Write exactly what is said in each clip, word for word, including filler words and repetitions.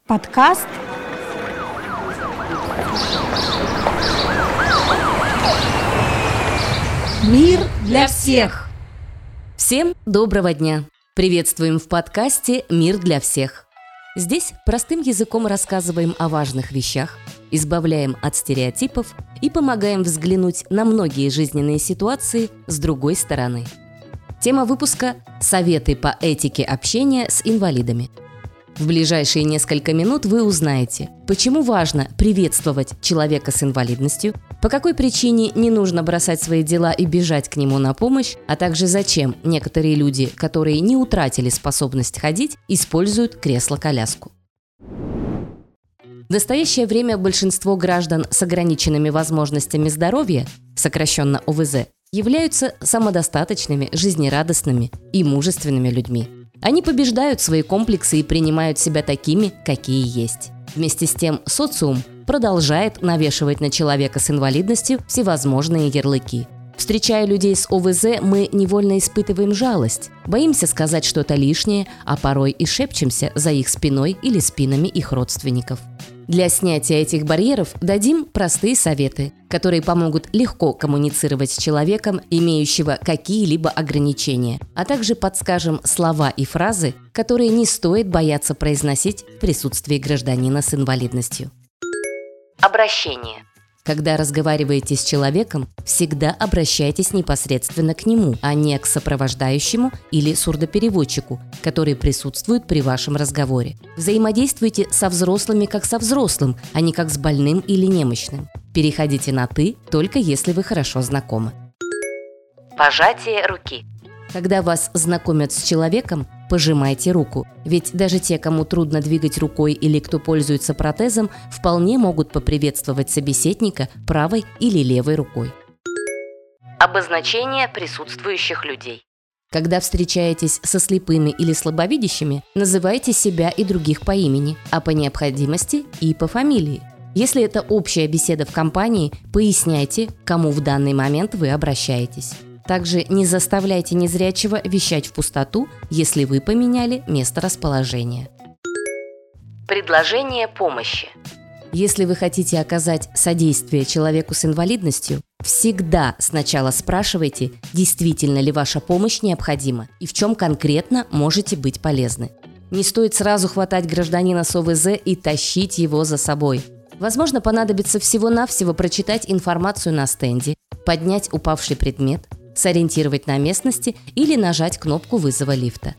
Подкаст «Мир для всех». Всем доброго дня! Приветствуем в подкасте «Мир для всех». Здесь простым языком рассказываем о важных вещах, избавляем от стереотипов и помогаем взглянуть на многие жизненные ситуации с другой стороны. Тема выпуска – советы по этике общения с инвалидами. В ближайшие несколько минут вы узнаете, почему важно приветствовать человека с инвалидностью, по какой причине не нужно бросать свои дела и бежать к нему на помощь, а также зачем некоторые люди, которые не утратили способность ходить, используют кресло-коляску. В настоящее время большинство граждан с ограниченными возможностями здоровья, сокращенно о вэ зэ, являются самодостаточными, жизнерадостными и мужественными людьми. Они побеждают свои комплексы и принимают себя такими, какие есть. Вместе с тем социум продолжает навешивать на человека с инвалидностью всевозможные ярлыки. Встречая людей с о вэ зэ, мы невольно испытываем жалость, боимся сказать что-то лишнее, а порой и шепчемся за их спиной или спинами их родственников. Для снятия этих барьеров дадим простые советы, которые помогут легко коммуницировать с человеком, имеющего какие-либо ограничения, а также подскажем слова и фразы, которые не стоит бояться произносить в присутствии гражданина с инвалидностью. Обращение. Когда разговариваете с человеком, всегда обращайтесь непосредственно к нему, а не к сопровождающему или сурдопереводчику, который присутствует при вашем разговоре. Взаимодействуйте со взрослыми как со взрослым, а не как с больным или немощным. Переходите на «ты» только если вы хорошо знакомы. Пожатие руки. Когда вас знакомят с человеком, пожимайте руку, ведь даже те, кому трудно двигать рукой или кто пользуется протезом, вполне могут поприветствовать собеседника правой или левой рукой. Обозначение присутствующих людей. Когда встречаетесь со слепыми или слабовидящими, называйте себя и других по имени, а по необходимости и по фамилии. Если это общая беседа в компании, поясняйте, к кому в данный момент вы обращаетесь. Также не заставляйте незрячего вещать в пустоту, если вы поменяли место расположения. Предложение помощи. Если вы хотите оказать содействие человеку с инвалидностью, всегда сначала спрашивайте, действительно ли ваша помощь необходима и в чем конкретно можете быть полезны. Не стоит сразу хватать гражданина с о вэ зэ и тащить его за собой. Возможно, понадобится всего-навсего прочитать информацию на стенде, поднять упавший предмет, сориентировать на местности или нажать кнопку вызова лифта.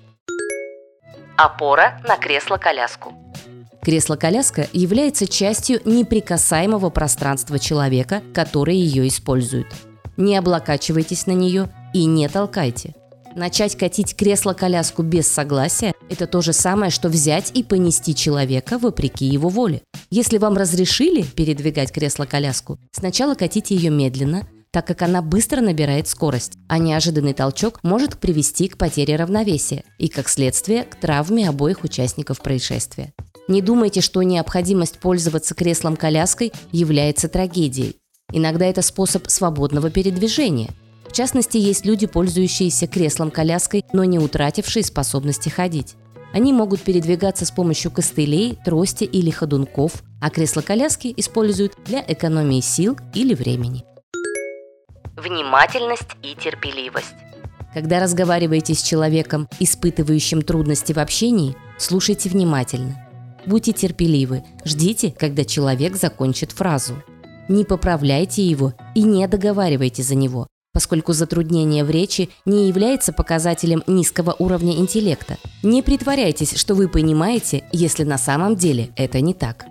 Опора на кресло-коляску. Кресло-коляска является частью неприкасаемого пространства человека, который ее использует. Не облокачивайтесь на нее и не толкайте. Начать катить кресло-коляску без согласия – это то же самое, что взять и понести человека вопреки его воле. Если вам разрешили передвигать кресло-коляску, сначала катите ее медленно, так как она быстро набирает скорость, а неожиданный толчок может привести к потере равновесия и, как следствие, к травме обоих участников происшествия. Не думайте, что необходимость пользоваться креслом-коляской является трагедией. Иногда это способ свободного передвижения. В частности, есть люди, пользующиеся креслом-коляской, но не утратившие способности ходить. Они могут передвигаться с помощью костылей, трости или ходунков, а кресло-коляски используют для экономии сил или времени. Внимательность и терпеливость. Когда разговариваете с человеком, испытывающим трудности в общении, слушайте внимательно. Будьте терпеливы, ждите, когда человек закончит фразу. Не поправляйте его и не договаривайте за него, поскольку затруднение в речи не является показателем низкого уровня интеллекта. Не притворяйтесь, что вы понимаете, если на самом деле это не так.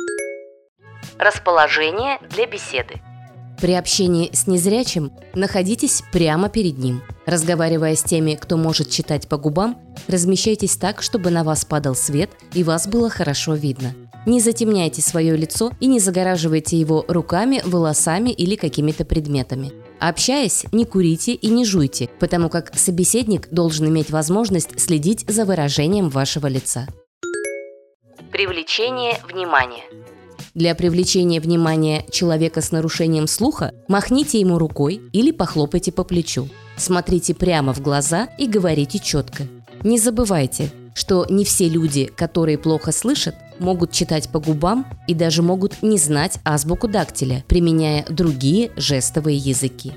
Расположение для беседы. При общении с незрячим находитесь прямо перед ним. Разговаривая с теми, кто может читать по губам, размещайтесь так, чтобы на вас падал свет и вас было хорошо видно. Не затемняйте свое лицо и не загораживайте его руками, волосами или какими-то предметами. Общаясь, не курите и не жуйте, потому как собеседник должен иметь возможность следить за выражением вашего лица. Привлечение внимания. Для привлечения внимания человека с нарушением слуха махните ему рукой или похлопайте по плечу. Смотрите прямо в глаза и говорите четко. Не забывайте, что не все люди, которые плохо слышат, могут читать по губам и даже могут не знать азбуку дактиля, применяя другие жестовые языки.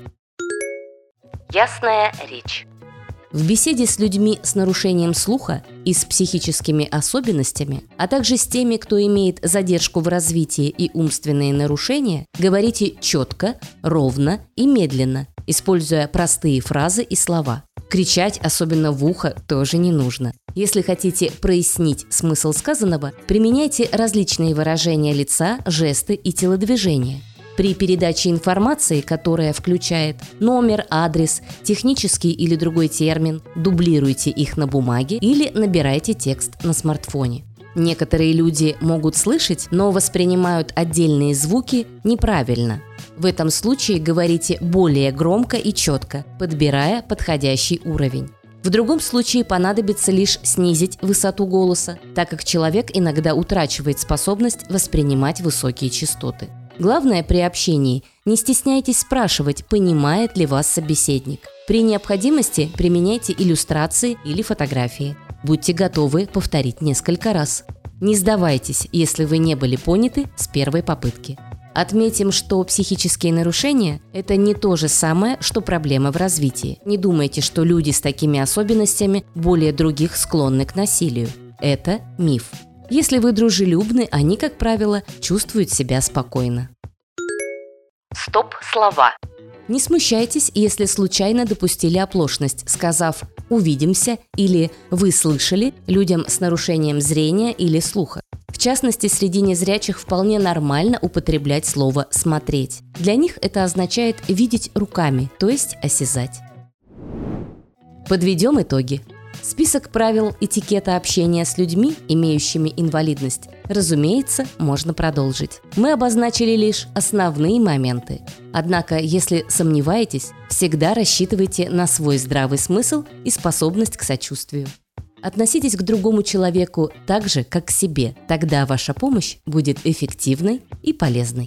Ясная речь. В беседе с людьми с нарушением слуха и с психическими особенностями, а также с теми, кто имеет задержку в развитии и умственные нарушения, говорите четко, ровно и медленно, используя простые фразы и слова. Кричать, особенно в ухо, тоже не нужно. Если хотите прояснить смысл сказанного, применяйте различные выражения лица, жесты и телодвижения. При передаче информации, которая включает номер, адрес, технический или другой термин, дублируйте их на бумаге или набирайте текст на смартфоне. Некоторые люди могут слышать, но воспринимают отдельные звуки неправильно. В этом случае говорите более громко и четко, подбирая подходящий уровень. В другом случае понадобится лишь снизить высоту голоса, так как человек иногда утрачивает способность воспринимать высокие частоты. Главное при общении – не стесняйтесь спрашивать, понимает ли вас собеседник. При необходимости применяйте иллюстрации или фотографии. Будьте готовы повторить несколько раз. Не сдавайтесь, если вы не были поняты с первой попытки. Отметим, что психические нарушения – это не то же самое, что проблемы в развитии. Не думайте, что люди с такими особенностями более других склонны к насилию. Это миф. Если вы дружелюбны, они, как правило, чувствуют себя спокойно. Стоп-слова. Не смущайтесь, если случайно допустили оплошность, сказав «увидимся» или «вы слышали» людям с нарушением зрения или слуха. В частности, среди незрячих вполне нормально употреблять слово «смотреть». Для них это означает видеть руками, то есть осязать. Подведем итоги. Список правил этикета общения с людьми, имеющими инвалидность, разумеется, можно продолжить. Мы обозначили лишь основные моменты. Однако, если сомневаетесь, всегда рассчитывайте на свой здравый смысл и способность к сочувствию. Относитесь к другому человеку так же, как к себе. Тогда ваша помощь будет эффективной и полезной.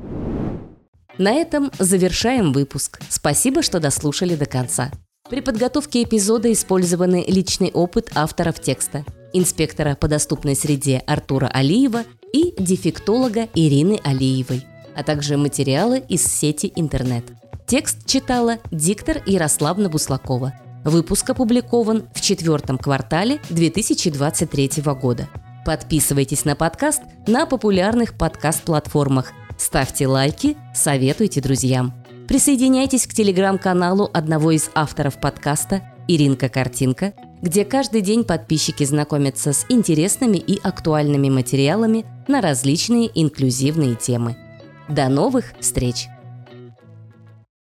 На этом завершаем выпуск. Спасибо, что дослушали до конца. При подготовке эпизода использованы личный опыт авторов текста, инспектора по доступной среде Артура Алиева и дефектолога Ирины Алиевой, а также материалы из сети интернет. Текст читала диктор Ярославна Буслакова. Выпуск опубликован в четвертом квартале две тысячи двадцать третьего года. Подписывайтесь на подкаст на популярных подкаст-платформах, ставьте лайки, советуйте друзьям. Присоединяйтесь к телеграм-каналу одного из авторов подкаста «Иринка Картинка», где каждый день подписчики знакомятся с интересными и актуальными материалами на различные инклюзивные темы. До новых встреч!